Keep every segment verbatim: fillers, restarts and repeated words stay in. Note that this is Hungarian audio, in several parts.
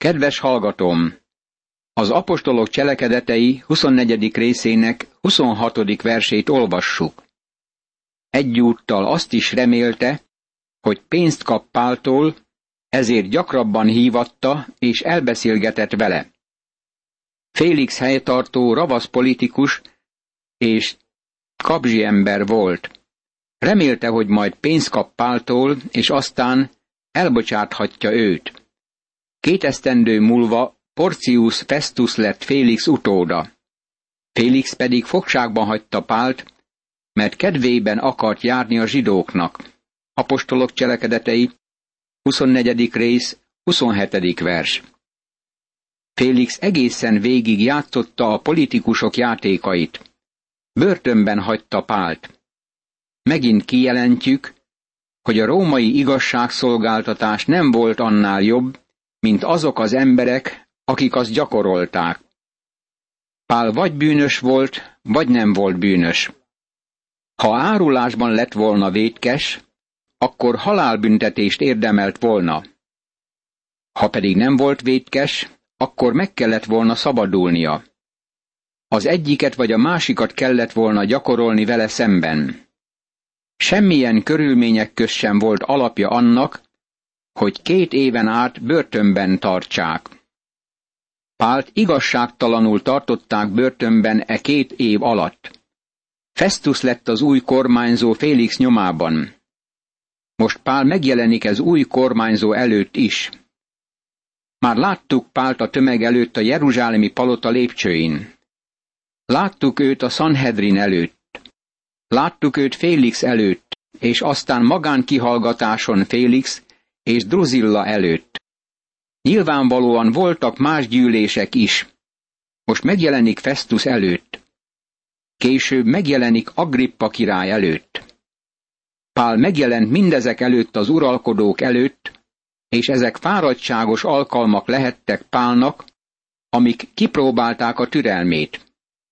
Kedves hallgatóm! Az apostolok cselekedetei huszonnegyedik részének huszonhatodik versét olvassuk. Egyúttal azt is remélte, hogy pénzt kap Páltól, ezért gyakrabban hívatta és elbeszélgetett vele. Félix helytartó ravasz politikus és kapzsi ember volt. Remélte, hogy majd pénzt kap Páltól, és aztán elbocsáthatja őt. Két esztendő múlva Porcius Festus lett Félix utóda. Félix pedig fogságban hagyta Pált, mert kedvében akart járni a zsidóknak. Apostolok cselekedetei, huszonnegyedik rész, huszonhetedik vers. Félix egészen végig játszotta a politikusok játékait. Börtönben hagyta Pált. Megint kijelentjük, hogy a római igazságszolgáltatás nem volt annál jobb, mint azok az emberek, akik azt gyakorolták. Pál vagy bűnös volt, vagy nem volt bűnös. Ha árulásban lett volna vétkes, akkor halálbüntetést érdemelt volna. Ha pedig nem volt vétkes, akkor meg kellett volna szabadulnia. Az egyiket vagy a másikat kellett volna gyakorolni vele szemben. Semmilyen körülmények közt sem volt alapja annak, hogy két éven át börtönben tartsák. Pált igazságtalanul tartották börtönben e két év alatt. Festus lett az új kormányzó Félix nyomában. Most Pál megjelenik ez új kormányzó előtt is. Már láttuk Pált a tömeg előtt a jeruzsálemi palota lépcsőin. Láttuk őt a Sanhedrin előtt. Láttuk őt Félix előtt, és aztán magánkihallgatáson Félix és Druzilla előtt. Nyilvánvalóan voltak más gyűlések is. Most megjelenik Festus előtt. Később megjelenik Agrippa király előtt. Pál megjelent mindezek előtt az uralkodók előtt, és ezek fáradtságos alkalmak lehettek Pálnak, amik kipróbálták a türelmét.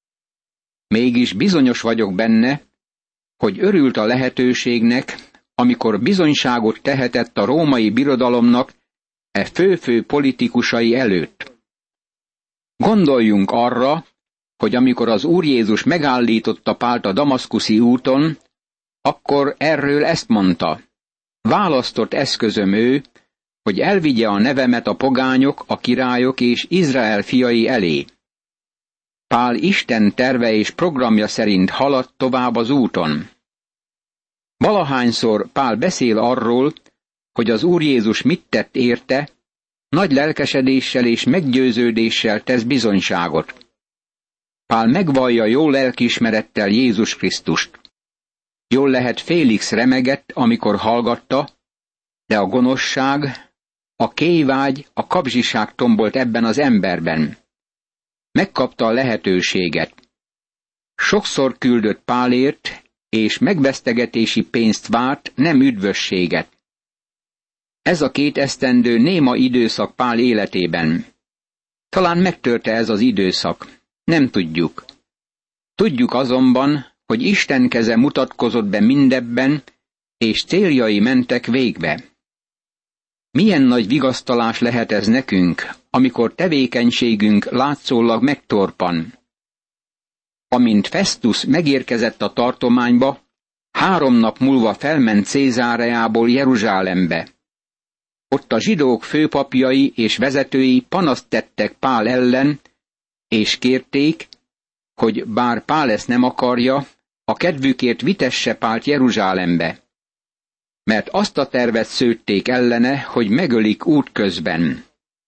Mégis bizonyos vagyok benne, hogy örült a lehetőségnek, amikor bizonyságot tehetett a római birodalomnak e fő-fő politikusai előtt. Gondoljunk arra, hogy amikor az Úr Jézus megállította Pált a damaszkuszi úton, akkor erről ezt mondta: választott eszközöm ő, hogy elvigye a nevemet a pogányok, a királyok és Izrael fiai elé. Pál Isten terve és programja szerint haladt tovább az úton. Valahányszor Pál beszél arról, hogy az Úr Jézus mit tett érte, nagy lelkesedéssel és meggyőződéssel tesz bizonyságot. Pál megvallja jó lelkiismerettel Jézus Krisztust. Jól lehet Félix remegett, amikor hallgatta, de a gonoszság, a kélyvágy, a kapzsiság tombolt ebben az emberben. Megkapta a lehetőséget. Sokszor küldött Pálért, és megvesztegetési pénzt várt, nem üdvösséget. Ez a két esztendő néma időszak Pál életében. Talán megtörte ez az időszak. Nem tudjuk. Tudjuk azonban, hogy Isten keze mutatkozott be mindebben, és céljai mentek végbe. Milyen nagy vigasztalás lehet ez nekünk, amikor tevékenységünk látszólag megtorpan. Amint Festus megérkezett a tartományba, három nap múlva felment Cézáreából Jeruzsálembe. Ott a zsidók főpapjai és vezetői panaszt tettek Pál ellen, és kérték, hogy bár Pál ezt nem akarja, a kedvükért vitesse Pált Jeruzsálembe. Mert azt a tervet szőtték ellene, hogy megölik útközben.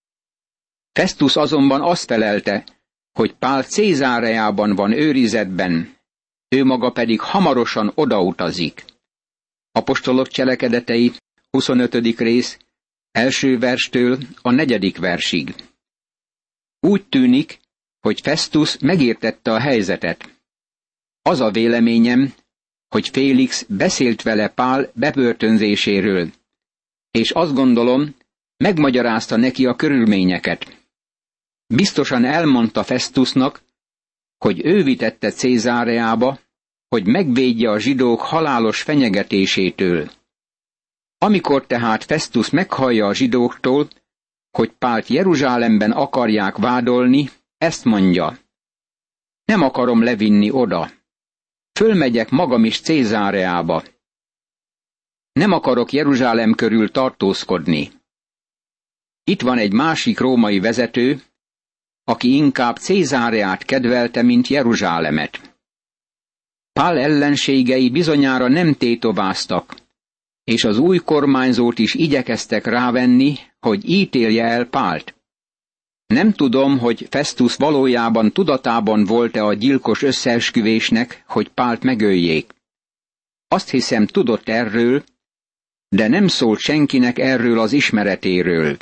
Festus azonban azt felelte, hogy Pál Cézáreában van őrizetben, ő maga pedig hamarosan odautazik. Apostolok cselekedetei, huszonötödik rész, első verstől a negyedik versig. Úgy tűnik, hogy Festus megértette a helyzetet. Az a véleményem, hogy Félix beszélt vele Pál bebörtönzéséről, és azt gondolom, megmagyarázta neki a körülményeket. Biztosan elmondta Festusnak, hogy ő vitette Cézáreába, hogy megvédje a zsidók halálos fenyegetésétől. Amikor tehát Festus meghallja a zsidóktól, hogy Pált Jeruzsálemben akarják vádolni, ezt mondja: nem akarom levinni oda. Fölmegyek magam is Cézáreába. Nem akarok Jeruzsálem körül tartózkodni. Itt van egy másik római vezető, aki inkább Cézáreát kedvelte, mint Jeruzsálemet. Pál ellenségei bizonyára nem tétováztak, és az új kormányzót is igyekeztek rávenni, hogy ítélje el Pált. Nem tudom, hogy Festus valójában tudatában volt-e a gyilkos összeesküvésnek, hogy Pált megöljék. Azt hiszem, tudott erről, de nem szólt senkinek erről az ismeretéről.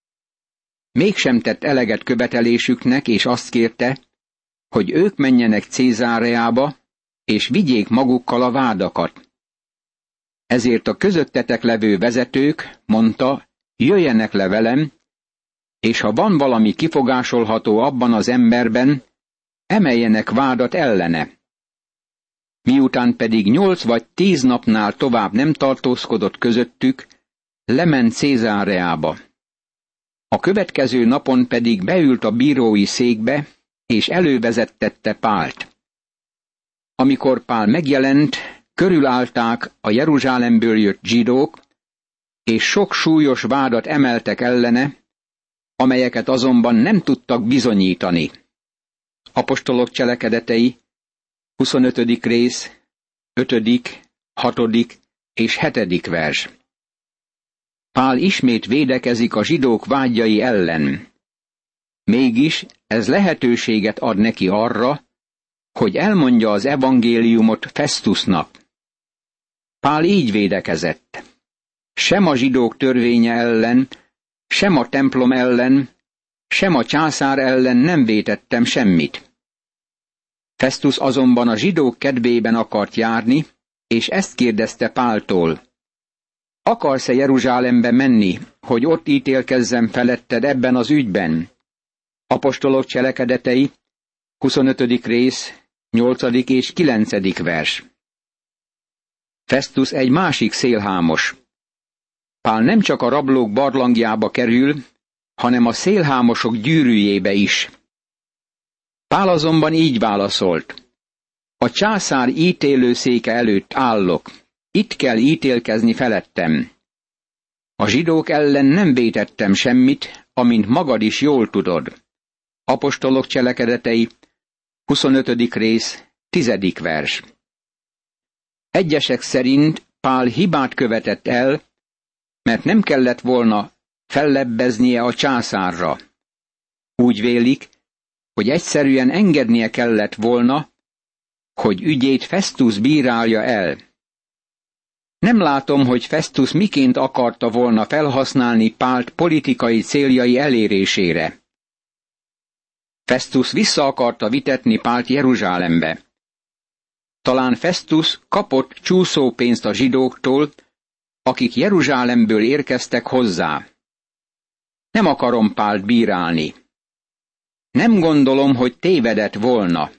Mégsem tett eleget követelésüknek, és azt kérte, hogy ők menjenek Cézáreába, és vigyék magukkal a vádakat. Ezért a közöttetek levő vezetők, mondta, jöjjenek le velem, és ha van valami kifogásolható abban az emberben, emeljenek vádat ellene. Miután pedig nyolc vagy tíz napnál tovább nem tartózkodott közöttük, lement Cézáreába. A következő napon pedig beült a bírói székbe, és elővezettette Pált. Amikor Pál megjelent, körülállták a Jeruzsálemből jött zsidók, és sok súlyos vádat emeltek ellene, amelyeket azonban nem tudtak bizonyítani. Apostolok cselekedetei, huszonötödik rész, ötödik, hatodik és hetedik vers. Pál ismét védekezik a zsidók vádjai ellen. Mégis ez lehetőséget ad neki arra, hogy elmondja az evangéliumot Festusnak. Pál így védekezett: sem a zsidók törvénye ellen, sem a templom ellen, sem a császár ellen nem vétettem semmit. Festus azonban a zsidók kedvében akart járni, és ezt kérdezte Páltól: akarsz-e Jeruzsálembe menni, hogy ott ítélkezzem feletted ebben az ügyben? Apostolok cselekedetei, huszonötödik rész, nyolcadik és kilencedik vers. Festus egy másik szélhámos. Pál nem csak a rablók barlangjába kerül, hanem a szélhámosok gyűrűjébe is. Pál azonban így válaszolt: a császár ítélőszéke előtt állok, itt kell ítélkezni felettem. A zsidók ellen nem vétettem semmit, amint magad is jól tudod. Apostolok cselekedetei, huszonötödik rész, tizedik vers. Egyesek szerint Pál hibát követett el, mert nem kellett volna fellebbeznie a császárra. Úgy vélik, hogy egyszerűen engednie kellett volna, hogy ügyét Festus bírálja el. Nem látom, hogy Festus miként akarta volna felhasználni Pált politikai céljai elérésére. Festus vissza akarta vitetni Pált Jeruzsálembe. Talán Festus kapott csúszópénzt a zsidóktól, akik Jeruzsálemből érkeztek hozzá. Nem akarom Pált bírálni. Nem gondolom, hogy tévedett volna.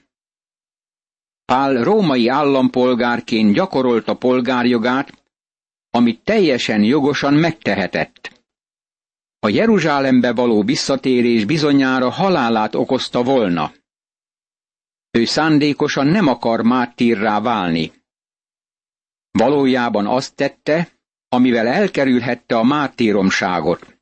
Pál római állampolgárként gyakorolta polgárjogát, amit teljesen jogosan megtehetett. A Jeruzsálembe való visszatérés bizonyára halálát okozta volna. Ő szándékosan nem akar mártírrá válni. Valójában azt tette, amivel elkerülhette a mártíromságot.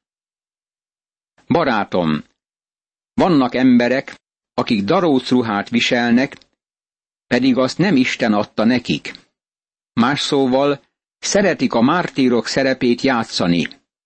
Barátom, vannak emberek, akik darócruhát viselnek, pedig azt nem Isten adta nekik. Más szóval, szeretik a mártírok szerepét játszani.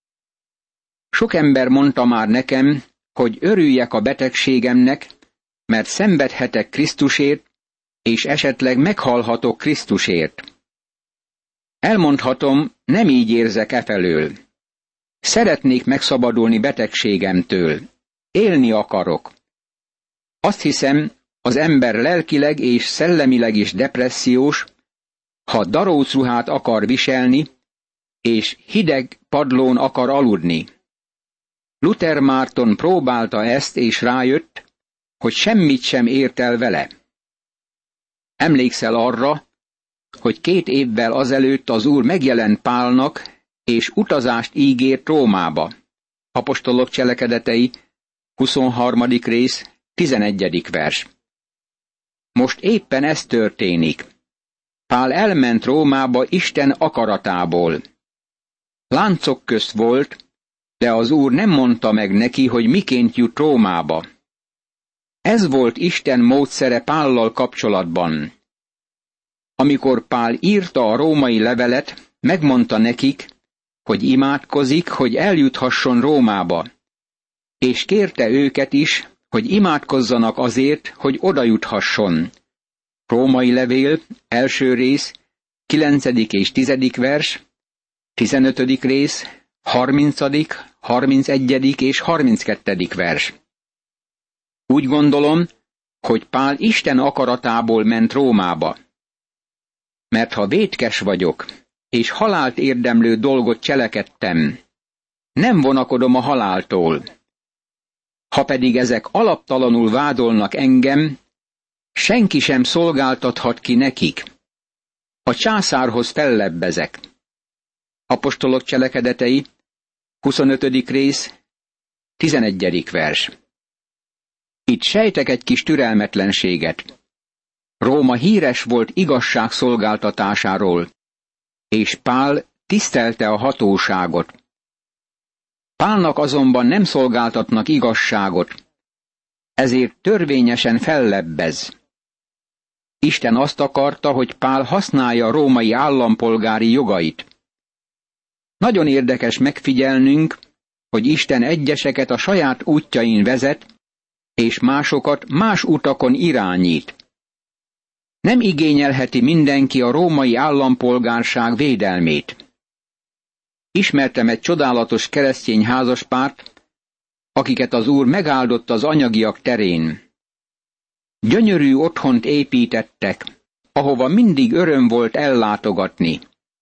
Sok ember mondta már nekem, hogy örüljek a betegségemnek, mert szenvedhetek Krisztusért, és esetleg meghalhatok Krisztusért. Elmondhatom, nem így érzek efelől. Szeretnék megszabadulni betegségemtől. Élni akarok. Azt hiszem, az ember lelkileg és szellemileg is depressziós, ha darócruhát akar viselni, és hideg padlón akar aludni. Luther Márton próbálta ezt, és rájött, hogy semmit sem ért el vele. Emlékszel arra, hogy két évvel azelőtt az Úr megjelent Pálnak, és utazást ígért Rómába. Apostolok cselekedetei, huszonharmadik rész, tizenegyedik vers. Most éppen ez történik. Pál elment Rómába Isten akaratából. Láncok közt volt, de az Úr nem mondta meg neki, hogy miként jut Rómába. Ez volt Isten módszere Pállal kapcsolatban. Amikor Pál írta a római levelet, megmondta nekik, hogy imádkozik, hogy eljuthasson Rómába, és kérte őket is, hogy imádkozzanak azért, hogy odajuthasson. Római levél, első rész, kilencedik és tizedik vers, tizenötödik rész, harmincadik, harmincegyedik és harminckettedik vers. Úgy gondolom, hogy Pál Isten akaratából ment Rómába. Mert ha vétkes vagyok, és halált érdemlő dolgot cselekedtem, nem vonakodom a haláltól. Ha pedig ezek alaptalanul vádolnak engem, senki sem szolgáltathat ki nekik. A császárhoz fellebbezek. Apostolok cselekedetei, huszonötödik rész, tizenegyedik vers. Itt sejtek egy kis türelmetlenséget. Róma híres volt igazság szolgáltatásáról, és Pál tisztelte a hatóságot. Pálnak azonban nem szolgáltatnak igazságot, ezért törvényesen fellebbez. Isten azt akarta, hogy Pál használja a római állampolgári jogait. Nagyon érdekes megfigyelnünk, hogy Isten egyeseket a saját útjain vezet, és másokat más utakon irányít. Nem igényelheti mindenki a római állampolgárság védelmét. Ismertem egy csodálatos keresztény házaspárt, akiket az Úr megáldott az anyagiak terén. Gyönyörű otthont építettek, ahova mindig öröm volt ellátogatni.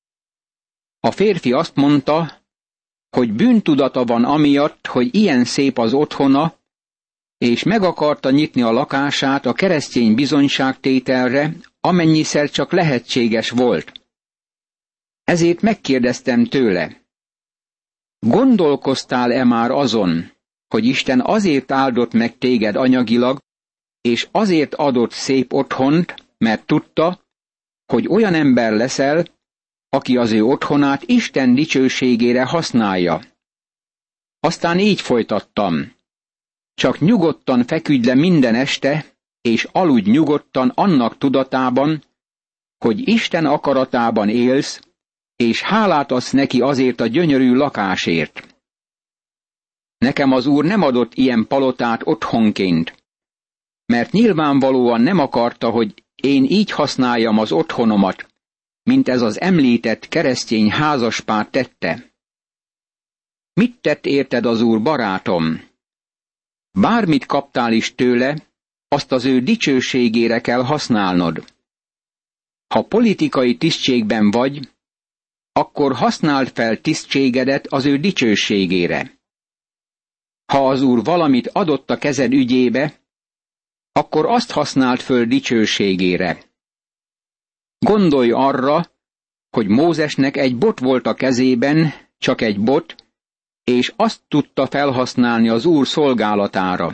A férfi azt mondta, hogy bűntudata van amiatt, hogy ilyen szép az otthona, és meg akarta nyitni a lakását a keresztény bizonyságtételre, amennyiszer csak lehetséges volt. Ezért megkérdeztem tőle, gondolkoztál-e már azon, hogy Isten azért áldott meg téged anyagilag, és azért adott szép otthont, mert tudta, hogy olyan ember leszel, aki az ő otthonát Isten dicsőségére használja. Aztán így folytattam. Csak nyugodtan feküdj le minden este, és aludj nyugodtan annak tudatában, hogy Isten akaratában élsz, és hálát adsz neki azért a gyönyörű lakásért. Nekem az Úr nem adott ilyen palotát otthonként, mert nyilvánvalóan nem akarta, hogy én így használjam az otthonomat, mint ez az említett keresztény házaspár tette. Mit tett érted az Úr, barátom? Bármit kaptál is tőle, azt az ő dicsőségére kell használnod. Ha politikai tisztségben vagy, akkor használd fel tisztségedet az ő dicsőségére. Ha az Úr valamit adott a kezed ügyébe, akkor azt használd föl dicsőségére. Gondolj arra, hogy Mózesnek egy bot volt a kezében, csak egy bot, és azt tudta felhasználni az Úr szolgálatára.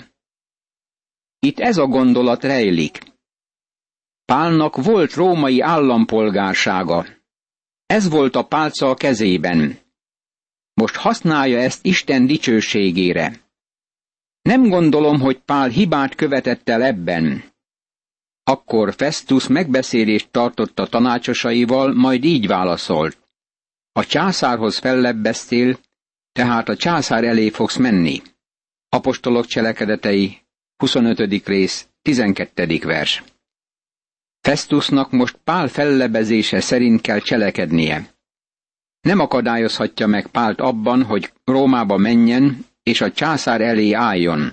Itt ez a gondolat rejlik. Pálnak volt római állampolgársága. Ez volt a pálca a kezében. Most használja ezt Isten dicsőségére. Nem gondolom, hogy Pál hibát követett el ebben. Akkor Festus megbeszélést tartott a tanácsosaival, majd így válaszolt. A császárhoz fellebbeztél, tehát a császár elé fogsz menni. Apostolok cselekedetei, huszonötödik rész, tizenkettedik vers. Festusnak most Pál fellebezése szerint kell cselekednie. Nem akadályozhatja meg Pált abban, hogy Rómába menjen, és a császár elé álljon.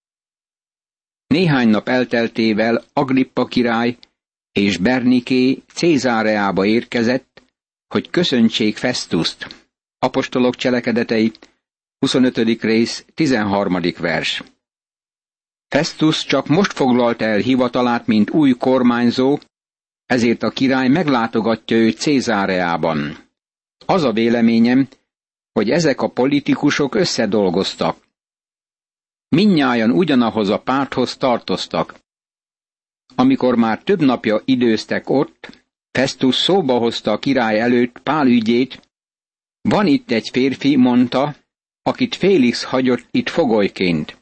Néhány nap elteltével Agrippa király és Berniké Cézáreába érkezett, hogy köszöntsék Festust. Apostolok cselekedetei, huszonötödik rész, tizenharmadik vers. Festus csak most foglalt el hivatalát, mint új kormányzó, ezért a király meglátogatja őt Cézáreában. Az a véleményem, hogy ezek a politikusok összedolgoztak. Mindnyájan ugyanahoz a párthoz tartoztak. Amikor már több napja időztek ott, Festus szóba hozta a király előtt Pál ügyét. Van itt egy férfi, mondta, akit Félix hagyott itt fogolyként.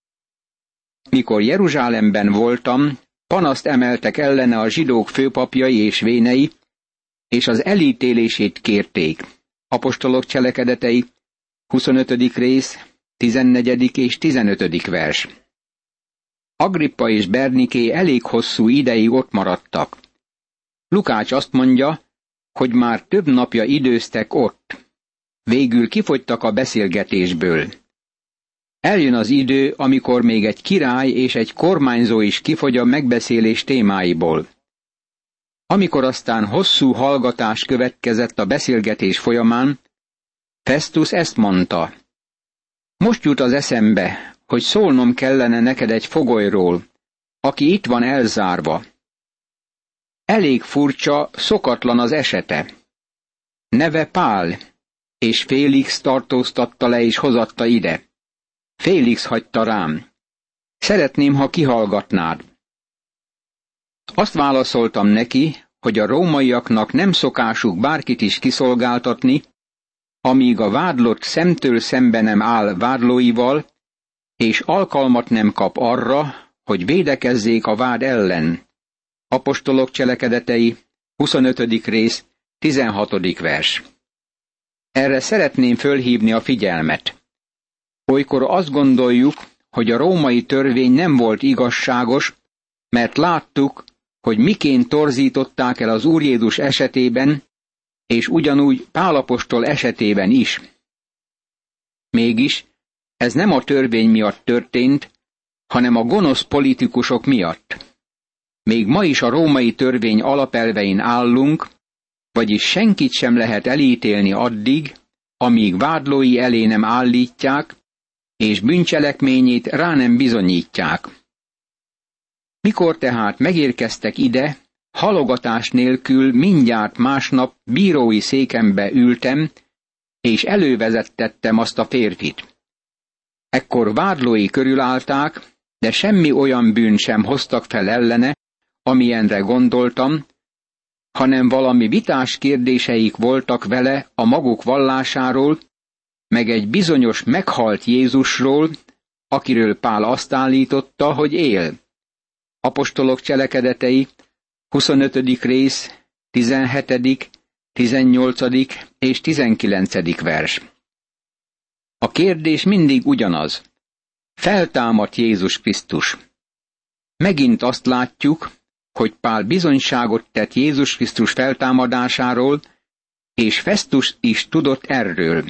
Mikor Jeruzsálemben voltam, panaszt emeltek ellene a zsidók főpapjai és vénei, és az elítélését kérték. Apostolok cselekedetei, huszonötödik rész, tizennegyedik és tizenötödik vers. Agrippa és Berniké elég hosszú ideig ott maradtak. Lukács azt mondja, hogy már több napja időztek ott. Végül kifogytak a beszélgetésből. Eljön az idő, amikor még egy király és egy kormányzó is kifogy a megbeszélés témáiból. Amikor aztán hosszú hallgatás következett a beszélgetés folyamán, Festus ezt mondta: most jut az eszembe, hogy szólnom kellene neked egy fogolyról, aki itt van elzárva. Elég furcsa, szokatlan az esete. Neve Pál, és Félix tartóztatta le és hozatta ide. Félix hagyta rám. Szeretném, ha kihallgatnád. Azt válaszoltam neki, hogy a rómaiaknak nem szokásuk bárkit is kiszolgáltatni, amíg a vádlott szemtől szembe nem áll vádlóival, és alkalmat nem kap arra, hogy védekezzék a vád ellen. Apostolok cselekedetei, huszonötödik rész, tizenhatodik vers. Erre szeretném fölhívni a figyelmet. Olykor azt gondoljuk, hogy a római törvény nem volt igazságos, mert láttuk, hogy miként torzították el az Úr Jézus esetében, és ugyanúgy Pál apostol esetében is. Mégis ez nem a törvény miatt történt, hanem a gonosz politikusok miatt. Még ma is a római törvény alapelvein állunk, vagyis senkit sem lehet elítélni addig, amíg vádlói elé nem állítják, és bűncselekményét rá nem bizonyítják. Mikor tehát megérkeztek ide, halogatás nélkül mindjárt másnap bírói székembe ültem, és elővezettettem azt a férfit. Ekkor vádlói körülállták, de semmi olyan bűn sem hoztak fel ellene, amilyenre gondoltam, hanem valami vitás kérdéseik voltak vele a maguk vallásáról, meg egy bizonyos meghalt Jézusról, akiről Pál azt állította, hogy él. Apostolok cselekedetei, huszonötödik rész, tizenhetedik, tizennyolcadik és tizenkilencedik vers. A kérdés mindig ugyanaz. Feltámadt Jézus Krisztus. Megint azt látjuk, hogy Pál bizonyságot tett Jézus Krisztus feltámadásáról, és Festus is tudott erről.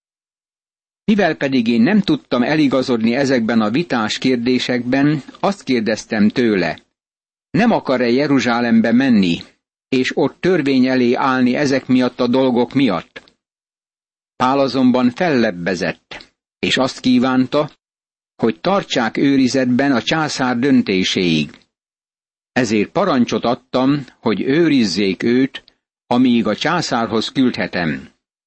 Mivel pedig én nem tudtam eligazodni ezekben a vitás kérdésekben, azt kérdeztem tőle, nem akar-e Jeruzsálembe menni, és ott törvény elé állni ezek miatt a dolgok miatt? Pál azonban fellebbezett, és azt kívánta, hogy tartsák őrizetben a császár döntéséig. Ezért parancsot adtam, hogy őrizzék őt, amíg a császárhoz küldhetem.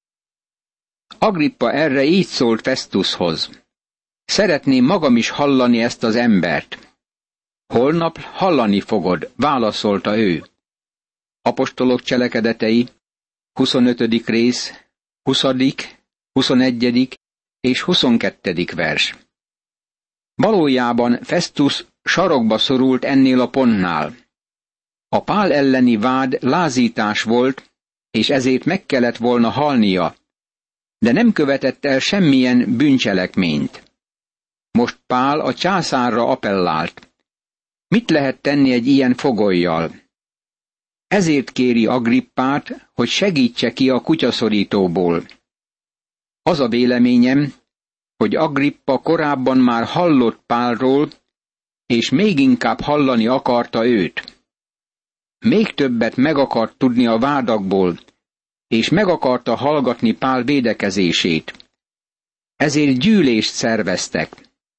Agrippa erre így szólt Festushoz: szeretném magam is hallani ezt az embert. Holnap hallani fogod, válaszolta ő. Apostolok cselekedetei, huszonötödik rész, huszadik, huszonegyedik és huszonkettedik vers. Valójában Festus sarokba szorult ennél a pontnál. A Pál elleni vád lázítás volt, és ezért meg kellett volna halnia, de nem követett el semmilyen bűncselekményt. Most Pál a császárra appellált. Mit lehet tenni egy ilyen fogollyal? Ezért kéri Agrippát, hogy segítse ki a kutyaszorítóból. Az a véleményem, hogy Agrippa korábban már hallott Pálról, és még inkább hallani akarta őt. Még többet meg akart tudni a vádakból, és meg akarta hallgatni Pál védekezését. Ezért gyűlést szerveztek.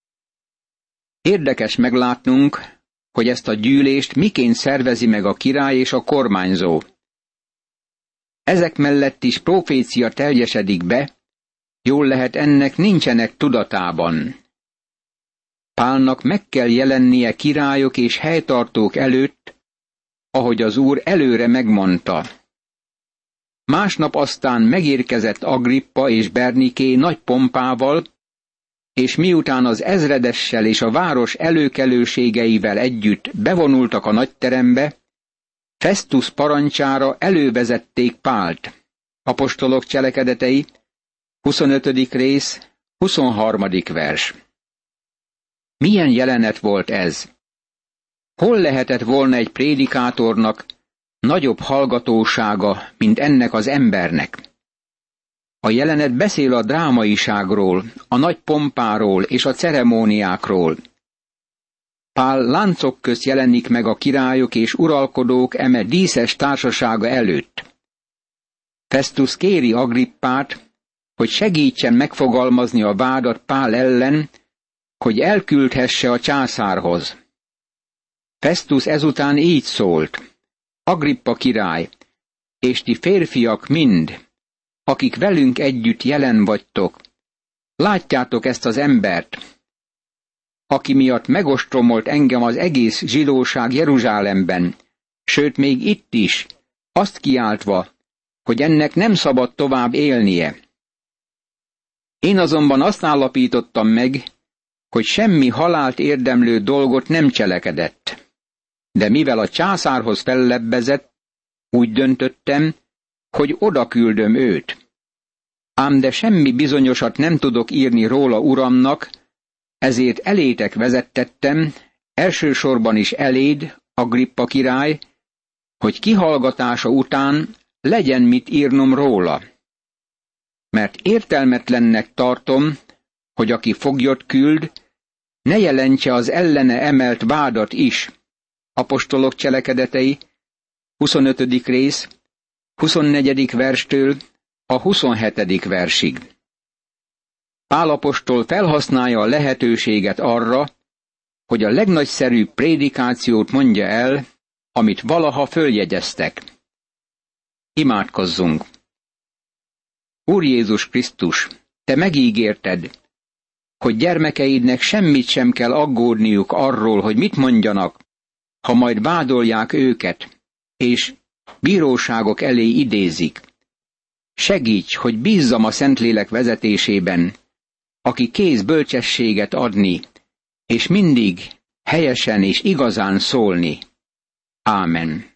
Érdekes meglátnunk, hogy ezt a gyűlést miként szervezi meg a király és a kormányzó. Ezek mellett is profécia teljesedik be, Jól lehet, ennek nincsenek tudatában. Pálnak meg kell jelennie királyok és helytartók előtt, ahogy az Úr előre megmondta. Másnap aztán megérkezett Agrippa és Berniké nagy pompával, és miután az ezredessel és a város előkelőségeivel együtt bevonultak a nagyterembe, Festus parancsára elővezették Pált. Apostolok cselekedetei, huszonötödik rész, huszonharmadik vers. Milyen jelenet volt ez? Hol lehetett volna egy prédikátornak nagyobb hallgatósága, mint ennek az embernek? A jelenet beszél a drámaiságról, a nagy pompáról és a ceremóniákról. Pál láncok közt jelenik meg a királyok és uralkodók eme díszes társasága előtt. Festus kéri Agrippát, hogy segítsen megfogalmazni a vádat Pál ellen, hogy elküldhesse a császárhoz. Festus ezután így szólt: Agrippa király, és ti férfiak mind, akik velünk együtt jelen vagytok, látjátok ezt az embert, aki miatt megostromolt engem az egész zsidóság Jeruzsálemben, sőt még itt is, azt kiáltva, hogy ennek nem szabad tovább élnie. Én azonban azt állapítottam meg, hogy semmi halált érdemlő dolgot nem cselekedett. De mivel a császárhoz fellebbezett, úgy döntöttem, hogy oda küldöm őt. Ám de semmi bizonyosat nem tudok írni róla uramnak, ezért elétek vezettettem, elsősorban is eléd, Agrippa király, hogy kihallgatása után legyen mit írnom róla. Mert értelmetlennek tartom, hogy aki foglyot küld, ne jelentse az ellene emelt vádat is. Apostolok cselekedetei, huszonötödik rész, huszonnegyedik verstől a huszonhetedik versig. Pál apostol felhasználja a lehetőséget arra, hogy a legnagyszerűbb prédikációt mondja el, amit valaha följegyeztek. Imádkozzunk! Úr Jézus Krisztus, te megígérted, hogy gyermekeidnek semmit sem kell aggódniuk arról, hogy mit mondjanak, ha majd vádolják őket, és bíróságok elé idézik. Segíts, hogy bízzam a Szentlélek vezetésében, aki kész bölcsességet adni, és mindig helyesen és igazán szólni. Ámen.